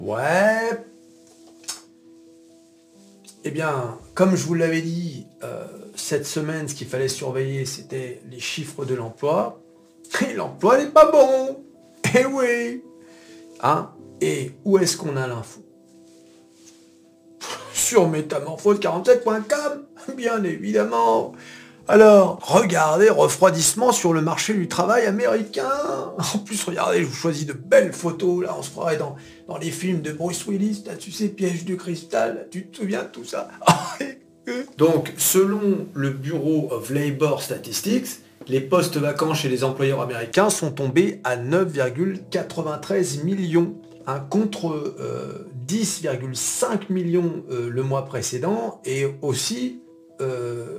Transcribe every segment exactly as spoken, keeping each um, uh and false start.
Ouais. Eh bien, comme je vous l'avais dit, euh, cette semaine, ce qu'il fallait surveiller, c'était les chiffres de l'emploi. Et l'emploi n'est pas bon. Eh oui. Hein? Et où est-ce qu'on a l'info? Sur métamorphose quarante-sept point com, bien évidemment. Alors, regardez, refroidissement sur le marché du travail américain. En plus, regardez, je vous choisis de belles photos. Là, on se croirait dans, dans les films de Bruce Willis. Là, tu sais, Piège de cristal. Tu te souviens de tout ça? Donc, selon le Bureau of Labor Statistics, les postes vacants chez les employeurs américains sont tombés à neuf virgule quatre-vingt-treize millions, hein, contre euh, dix virgule cinq millions euh, le mois précédent, et aussi euh,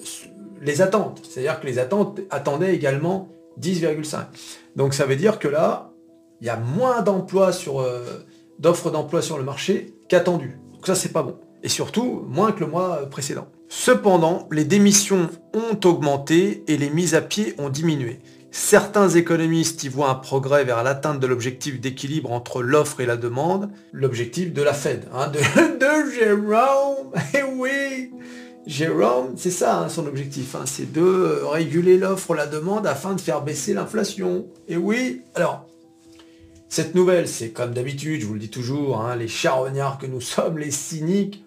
les attentes. C'est-à-dire que les attentes attendaient également dix virgule cinq. Donc ça veut dire que là, il y a moins d'emplois sur euh, d'offres d'emploi sur le marché qu'attendu. Donc ça, c'est pas bon. Et surtout, moins que le mois précédent. Cependant, les démissions ont augmenté et les mises à pied ont diminué. Certains économistes y voient un progrès vers l'atteinte de l'objectif d'équilibre entre l'offre et la demande, l'objectif de la Fed, hein, de, de Jérôme. Eh oui, Jérôme, c'est ça hein, son objectif, hein, c'est de réguler l'offre, la demande afin de faire baisser l'inflation. Et oui, alors, cette nouvelle, c'est comme d'habitude, je vous le dis toujours, hein, les charognards que nous sommes, les cyniques,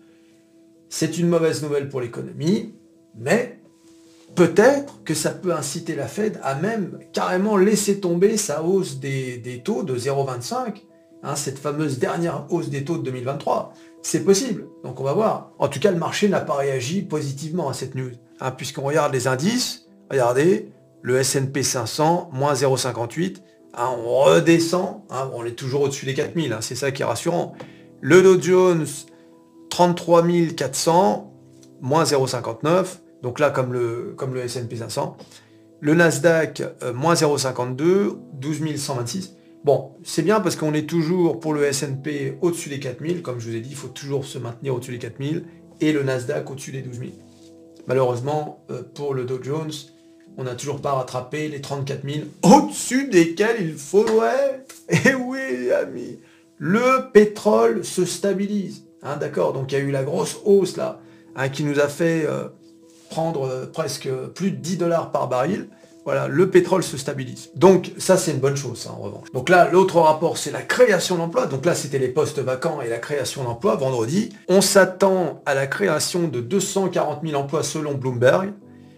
c'est une mauvaise nouvelle pour l'économie, mais peut-être que ça peut inciter la Fed à même carrément laisser tomber sa hausse des, des taux de zéro virgule vingt-cinq, hein, cette fameuse dernière hausse des taux de deux mille vingt-trois. C'est possible, donc on va voir. En tout cas, le marché n'a pas réagi positivement à cette news, hein, puisqu'on regarde les indices, regardez, le S and P cinq cents, moins zéro virgule cinquante-huit, hein, on redescend, hein, on est toujours au-dessus des quatre mille, hein, c'est ça qui est rassurant. Le Dow Jones, trente-trois mille quatre cents, moins zéro virgule cinquante-neuf, donc là comme le, comme le S and P cinq cents. Le Nasdaq, euh, moins zéro virgule cinquante-deux, douze mille cent vingt-six. Bon, c'est bien parce qu'on est toujours pour le S and P au-dessus des quatre mille, comme je vous ai dit, il faut toujours se maintenir au-dessus des quatre mille, et le Nasdaq au-dessus des douze mille. Malheureusement, euh, pour le Dow Jones, on n'a toujours pas rattrapé les trente-quatre mille, au-dessus desquels il faudrait. Eh oui, amis, le pétrole se stabilise. Hein, d'accord, donc il y a eu la grosse hausse là, hein, qui nous a fait euh, prendre euh, presque plus de dix dollars par baril. Voilà, le pétrole se stabilise. Donc ça, c'est une bonne chose, ça, en revanche. Donc là, l'autre rapport, c'est la création d'emplois. Donc là, c'était les postes vacants et la création d'emplois vendredi. On s'attend à la création de deux cent quarante mille emplois selon Bloomberg,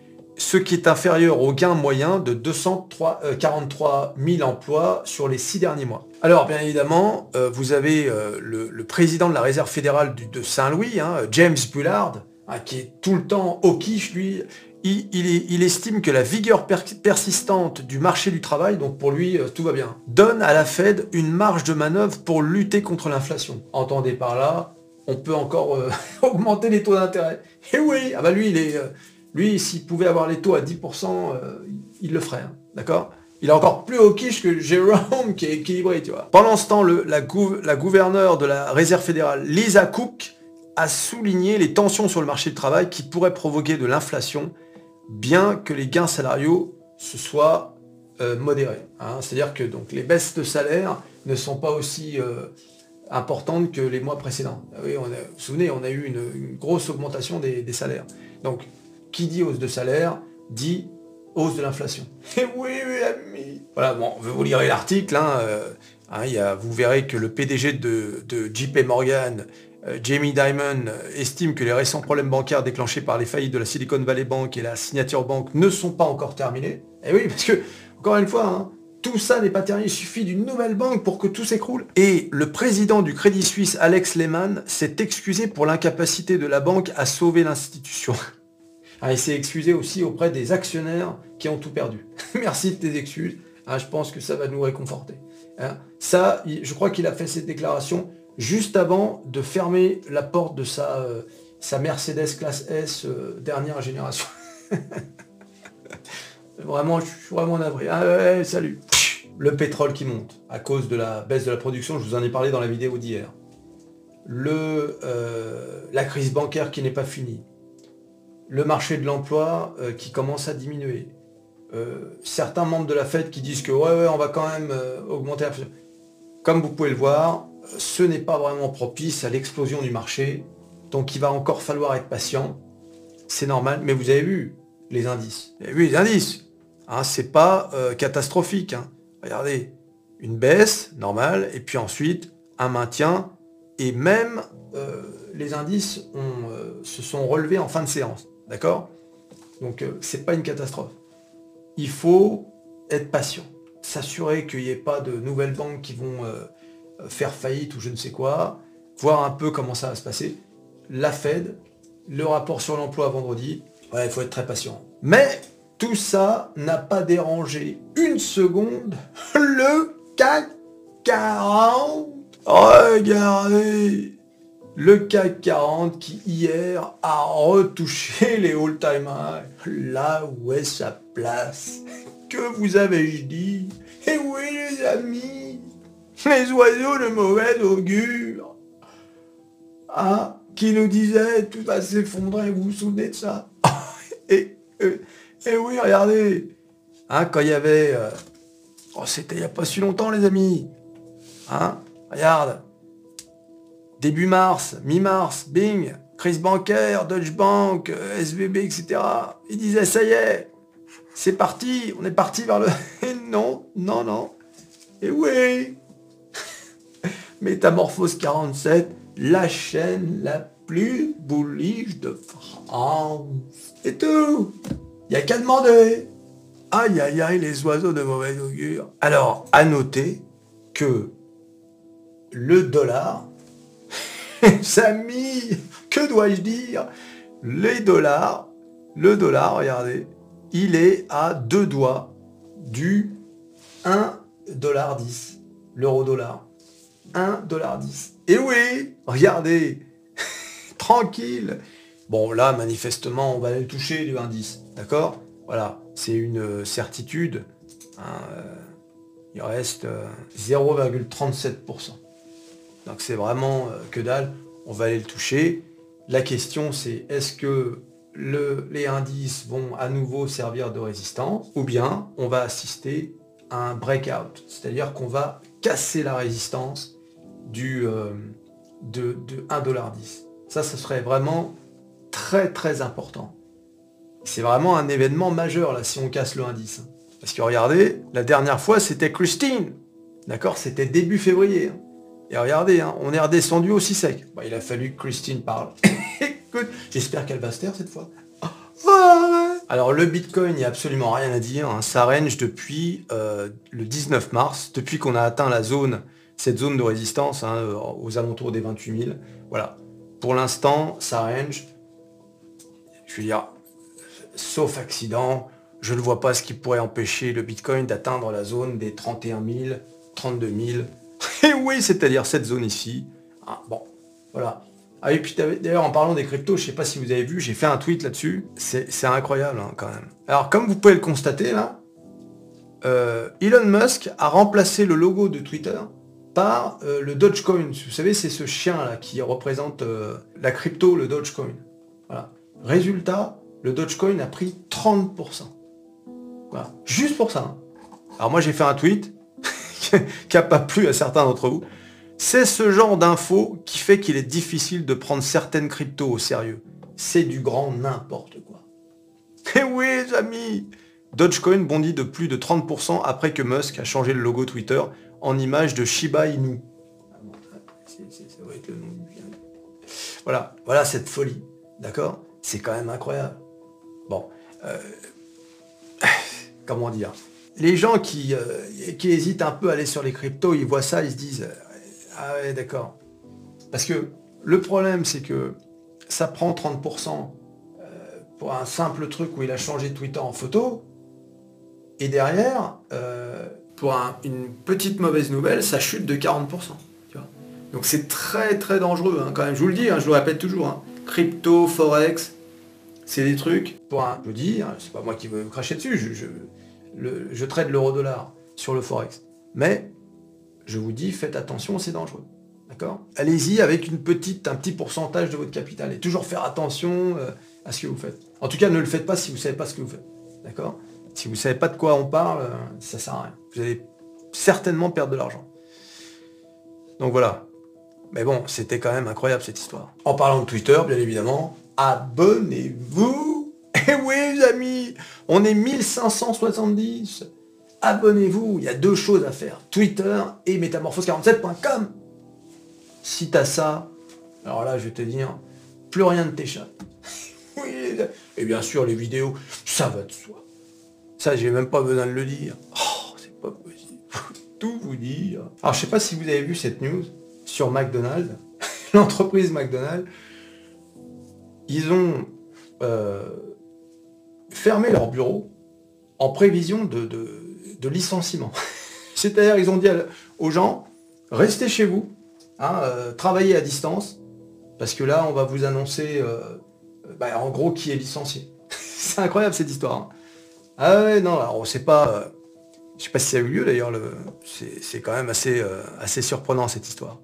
ce qui est inférieur au gain moyen de deux cent quarante-trois mille emplois sur les six derniers mois. Alors, bien évidemment, euh, vous avez euh, le, le président de la Réserve fédérale du, de Saint-Louis, hein, James Bullard, hein, qui est tout le temps au quiche, lui. Il, il, il estime que la vigueur per persistante du marché du travail, donc pour lui, euh, tout va bien, donne à la Fed une marge de manœuvre pour lutter contre l'inflation. Entendez par là, on peut encore euh, augmenter les taux d'intérêt. Et oui, ah bah lui, il est... Euh, Lui, s'il pouvait avoir les taux à dix pour cent, euh, il le ferait, hein, d'accord? Il est encore plus au quiche que Jérôme, qui est équilibré, tu vois. Pendant ce temps, le, la, gou la gouverneure de la Réserve fédérale, Lisa Cook, a souligné les tensions sur le marché du travail qui pourraient provoquer de l'inflation, bien que les gains salariaux se soient euh, modérés. Hein. C'est-à-dire que donc, les baisses de salaire ne sont pas aussi euh, importantes que les mois précédents. Oui, on a, vous vous souvenez, on a eu une, une grosse augmentation des, des salaires. Donc, qui dit hausse de salaire, dit hausse de l'inflation. Et oui, oui, ami. Voilà, bon, vous lirez l'article, hein, euh, hein, y a, vous verrez que le P D G de, de J P Morgan, euh, Jamie Dimon, estime que les récents problèmes bancaires déclenchés par les faillites de la Silicon Valley Bank et la Signature Bank ne sont pas encore terminés. Et oui, parce que, encore une fois, hein, tout ça n'est pas terminé, il suffit d'une nouvelle banque pour que tout s'écroule. Et le président du Crédit Suisse, Alex Lehman, s'est excusé pour l'incapacité de la banque à sauver l'institution. Ah, il s'est excusé aussi auprès des actionnaires qui ont tout perdu. Merci de tes excuses. Ah, je pense que ça va nous réconforter. Hein, ça, je crois qu'il a fait cette déclaration juste avant de fermer la porte de sa, euh, sa Mercedes classe S euh, dernière génération. Vraiment, je suis vraiment navré. Ah ouais, salut. Le pétrole qui monte à cause de la baisse de la production, je vous en ai parlé dans la vidéo d'hier. Le, euh, la crise bancaire qui n'est pas finie. Le marché de l'emploi euh, qui commence à diminuer. Euh, certains membres de la Fed qui disent que ouais, ouais on va quand même euh, augmenter la... Comme vous pouvez le voir, ce n'est pas vraiment propice à l'explosion du marché. Donc il va encore falloir être patient. C'est normal, mais vous avez vu les indices. Vous avez vu les indices, hein, c'est pas euh, catastrophique. Hein. Regardez, une baisse normale, et puis ensuite un maintien, et même euh, les indices ont, euh, se sont relevés en fin de séance. D'accord? Donc euh, c'est pas une catastrophe. Il faut être patient, s'assurer qu'il n'y ait pas de nouvelles banques qui vont euh, faire faillite ou je ne sais quoi, voir un peu comment ça va se passer. La Fed, le rapport sur l'emploi vendredi, ouais, il faut être très patient. Mais tout ça n'a pas dérangé une seconde le C A C quarante. Regardez, le C A C quarante qui hier a retouché les all-time high. Là où est sa place? Que vous avais-je dit? Eh oui les amis, les oiseaux de mauvais augure. Ah, qui nous disait tout va s'effondrer, vous vous souvenez de ça? et, et, et oui, regardez, hein, quand il y avait... Euh, oh, c'était il n'y a pas si longtemps, les amis. Hein, regarde. Début mars, mi-mars, bing, crise bancaire, Deutsche Bank, euh, S V B, et cetera. Ils disaient, ça y est, c'est parti, on est parti vers le... Et non, non, non. Et oui. Métamorphose quarante-sept, la chaîne la plus bullish de France. Et tout. Il n'y a qu'à demander. Aïe, aïe, aïe, les oiseaux de mauvais augure. Alors, à noter que le dollar, les amis, que dois-je dire? Les dollars, le dollar, regardez, il est à deux doigts du un dollar dix, l'euro-dollar. un dollar dix. Et oui, regardez, tranquille. Bon, là, manifestement, on va aller le toucher du indice, d'accord? Voilà, c'est une certitude. Hein, euh, il reste euh, zéro virgule trente-sept pour cent. Donc c'est vraiment euh, que dalle, on va aller le toucher. La question, c'est est-ce que le, les indices vont à nouveau servir de résistance, ou bien on va assister à un breakout, c'est-à-dire qu'on va casser la résistance du, euh, de, de un dollar dix. Ça, ce serait vraiment très très important. C'est vraiment un événement majeur là si on casse le indice. Parce que regardez, la dernière fois c'était Christine. D'accord, c'était début février. Et regardez, hein, on est redescendu aussi sec. Bah, il a fallu que Christine parle. Écoute, j'espère qu'elle va se taire cette fois. Alors le Bitcoin, il n'y a absolument rien à dire. Hein. Ça range depuis euh, le dix-neuf mars, depuis qu'on a atteint la zone, cette zone de résistance, hein, aux alentours des vingt-huit mille. Voilà. Pour l'instant, ça range. Je veux dire, sauf accident, je ne vois pas ce qui pourrait empêcher le Bitcoin d'atteindre la zone des trente et un mille, trente-deux mille. Et oui, c'est-à-dire cette zone ici. Ah, bon, voilà. Ah, et puis d'ailleurs, en parlant des cryptos, je ne sais pas si vous avez vu, j'ai fait un tweet là-dessus. C'est incroyable, hein, quand même. Alors, comme vous pouvez le constater, là, euh, Elon Musk a remplacé le logo de Twitter par euh, le Dogecoin. Vous savez, c'est ce chien-là qui représente euh, la crypto, le Dogecoin. Voilà. Résultat, le Dogecoin a pris trente pour cent. Voilà. Juste pour ça. Hein. Alors moi, j'ai fait un tweet qui n'a pas plu à certains d'entre vous. C'est ce genre d'info qui fait qu'il est difficile de prendre certaines cryptos au sérieux. C'est du grand n'importe quoi. Et oui, les amis, Dogecoin bondit de plus de trente pour cent après que Musk a changé le logo Twitter en image de Shiba Inu. Ça va être le nom du bien. Voilà, voilà cette folie. D'accord? C'est quand même incroyable. Bon. Euh... Comment dire? Les gens qui, euh, qui hésitent un peu à aller sur les cryptos, ils voient ça, ils se disent « Ah ouais, d'accord. » Parce que le problème, c'est que ça prend trente pour cent euh, pour un simple truc où il a changé Twitter en photo, et derrière, euh, pour un, une petite mauvaise nouvelle, ça chute de quarante pour cent. Tu vois. Donc c'est très très dangereux, hein, quand même. Je vous le dis, hein, je le répète toujours. Hein. Crypto, Forex, c'est des trucs, pour un, je vous dis, hein, c'est pas moi qui veux cracher dessus, je, je, le, je trade l'euro-dollar sur le Forex. Mais, je vous dis, faites attention, c'est dangereux. D'accord? Allez-y avec une petite, un petit pourcentage de votre capital. Et toujours faire attention euh, à ce que vous faites. En tout cas, ne le faites pas si vous ne savez pas ce que vous faites. D'accord? Si vous ne savez pas de quoi on parle, euh, ça ne sert à rien. Vous allez certainement perdre de l'argent. Donc voilà. Mais bon, c'était quand même incroyable cette histoire. En parlant de Twitter, bien évidemment, abonnez-vous. Eh oui les amis, on est mille cinq cent soixante-dix. Abonnez-vous, il y a deux choses à faire. Twitter et métamorphose quarante-sept point com. Si t'as ça, alors là je vais te dire, plus rien ne t'échappe. Oui, et bien sûr les vidéos, ça va de soi. Ça j'ai même pas besoin de le dire. Oh, c'est pas possible. Faut tout vous dire. Alors je sais pas si vous avez vu cette news sur McDonald's, l'entreprise McDonald's, ils ont euh, fermé leur bureau en prévision de, de, de licenciement. C'est-à-dire ils ont dit aux gens, restez chez vous, hein, euh, travaillez à distance, parce que là on va vous annoncer euh, bah, en gros qui est licencié. C'est incroyable cette histoire. Hein. Ah ouais, non, alors on sait pas, euh, je sais pas si ça a eu lieu d'ailleurs, le... c'est quand même assez, euh, assez surprenant cette histoire.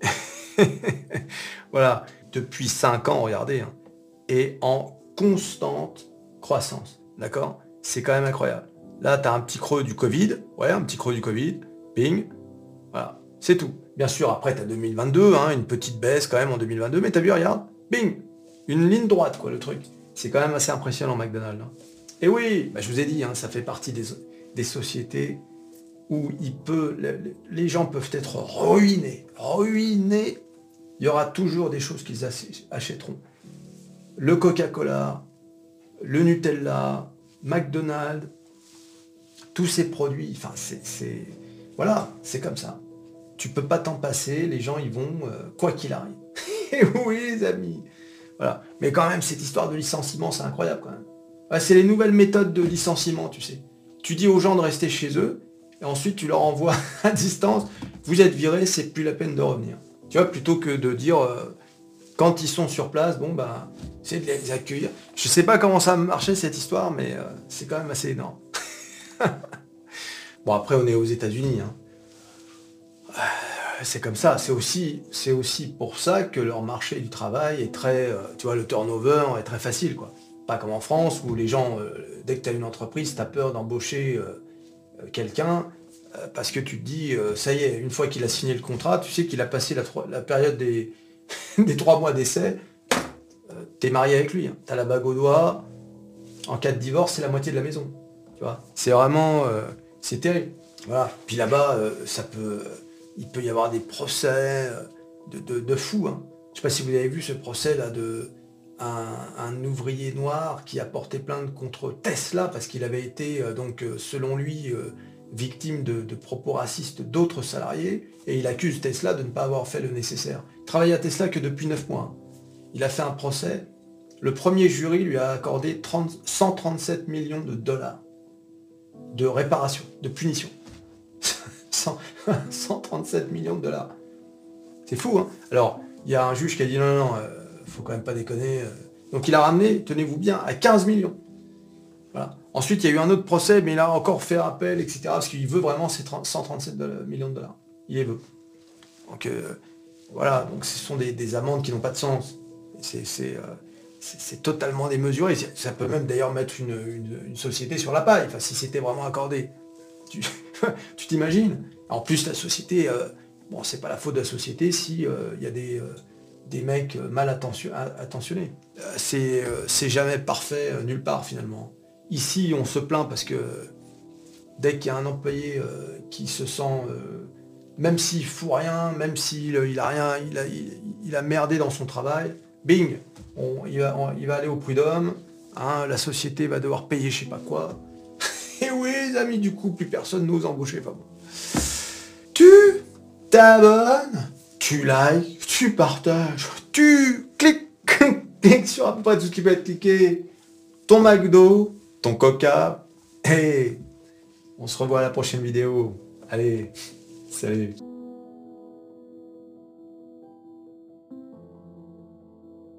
Voilà, depuis cinq ans, regardez, hein, et en constante croissance, d'accord? C'est quand même incroyable. Là, tu as un petit creux du Covid, ouais, un petit creux du Covid, ping, voilà, c'est tout. Bien sûr, après, tu as deux mille vingt-deux, hein, une petite baisse quand même en deux mille vingt-deux, mais t'as vu, regarde, bing, une ligne droite, quoi, le truc. C'est quand même assez impressionnant, McDonald's. Hein. Et oui, bah, je vous ai dit, hein, ça fait partie des, des sociétés où il peut, les, les gens peuvent être ruinés, ruinés. Il y aura toujours des choses qu'ils achèteront. Le Coca-Cola, le Nutella, McDonald's, tous ces produits, enfin c'est... Voilà, c'est comme ça. Tu peux pas t'en passer, les gens ils vont, euh, quoi qu'il arrive. Et oui les amis. Voilà. Mais quand même, cette histoire de licenciement, c'est incroyable quand même. Ouais, c'est les nouvelles méthodes de licenciement, tu sais. Tu dis aux gens de rester chez eux, et ensuite tu leur envoies à distance, vous êtes virés, c'est plus la peine de revenir. Tu vois, plutôt que de dire, euh, quand ils sont sur place, bon ben, c'est de les accueillir. Je sais pas comment ça a marché cette histoire, mais euh, c'est quand même assez énorme. Bon, après, on est aux États-Unis. Hein. C'est comme ça. C'est aussi, c'est aussi pour ça que leur marché du travail est très, euh, tu vois, le turnover est très facile, quoi. Pas comme en France où les gens, euh, dès que tu as une entreprise, tu as peur d'embaucher euh, quelqu'un. Parce que tu te dis, euh, ça y est, une fois qu'il a signé le contrat, tu sais qu'il a passé la, la période des, des trois mois d'essai, euh, t'es marié avec lui, hein. T'as la bague au doigt, en cas de divorce, c'est la moitié de la maison. Tu vois, c'est vraiment, euh, c'est terrible. Voilà. Puis là-bas, euh, ça peut, euh, il peut y avoir des procès euh, de, de, de fous. Hein. Je sais pas si vous avez vu ce procès là de un, un ouvrier noir qui a porté plainte contre Tesla parce qu'il avait été, euh, donc, euh, selon lui, euh, victime de, de propos racistes d'autres salariés, et il accuse Tesla de ne pas avoir fait le nécessaire. Il travaille à Tesla que depuis neuf mois. Il a fait un procès. Le premier jury lui a accordé trente, cent trente-sept millions de dollars de réparation, de punition. cent trente-sept millions de dollars. C'est fou, hein. Alors, il y a un juge qui a dit non, non, non, euh, faut quand même pas déconner. Euh. Donc il a ramené, tenez-vous bien, à quinze millions. Voilà. Ensuite, il y a eu un autre procès, mais il a encore fait appel, et cetera. Parce qu'il veut vraiment ces cent trente-sept millions de dollars. Il les veut. Donc euh, voilà, donc ce sont des, des amendes qui n'ont pas de sens. C'est euh, totalement démesuré. Ça peut même d'ailleurs mettre une, une, une société sur la paille, enfin, si c'était vraiment accordé. Tu t'imagines? En plus, la société, euh, bon, c'est pas la faute de la société si il euh, y a des, euh, des mecs mal attention, attentionnés. Euh, c'est euh, jamais parfait euh, nulle part finalement. Ici, on se plaint parce que dès qu'il y a un employé euh, qui se sent, euh, même s'il fout rien, même s'il il a rien, il a, il, il a merdé dans son travail, bing, on, il, va, on, il va aller au prud'homme, hein, la société va devoir payer je sais pas quoi. Et oui, les amis, du coup, plus personne n'ose embaucher. Enfin bon. Tu t'abonnes, tu likes, tu partages, tu cliques, cliques sur à peu près tout ce qui peut être cliqué. Ton McDo, ton Coca. Et on se revoit à la prochaine vidéo. Allez, salut.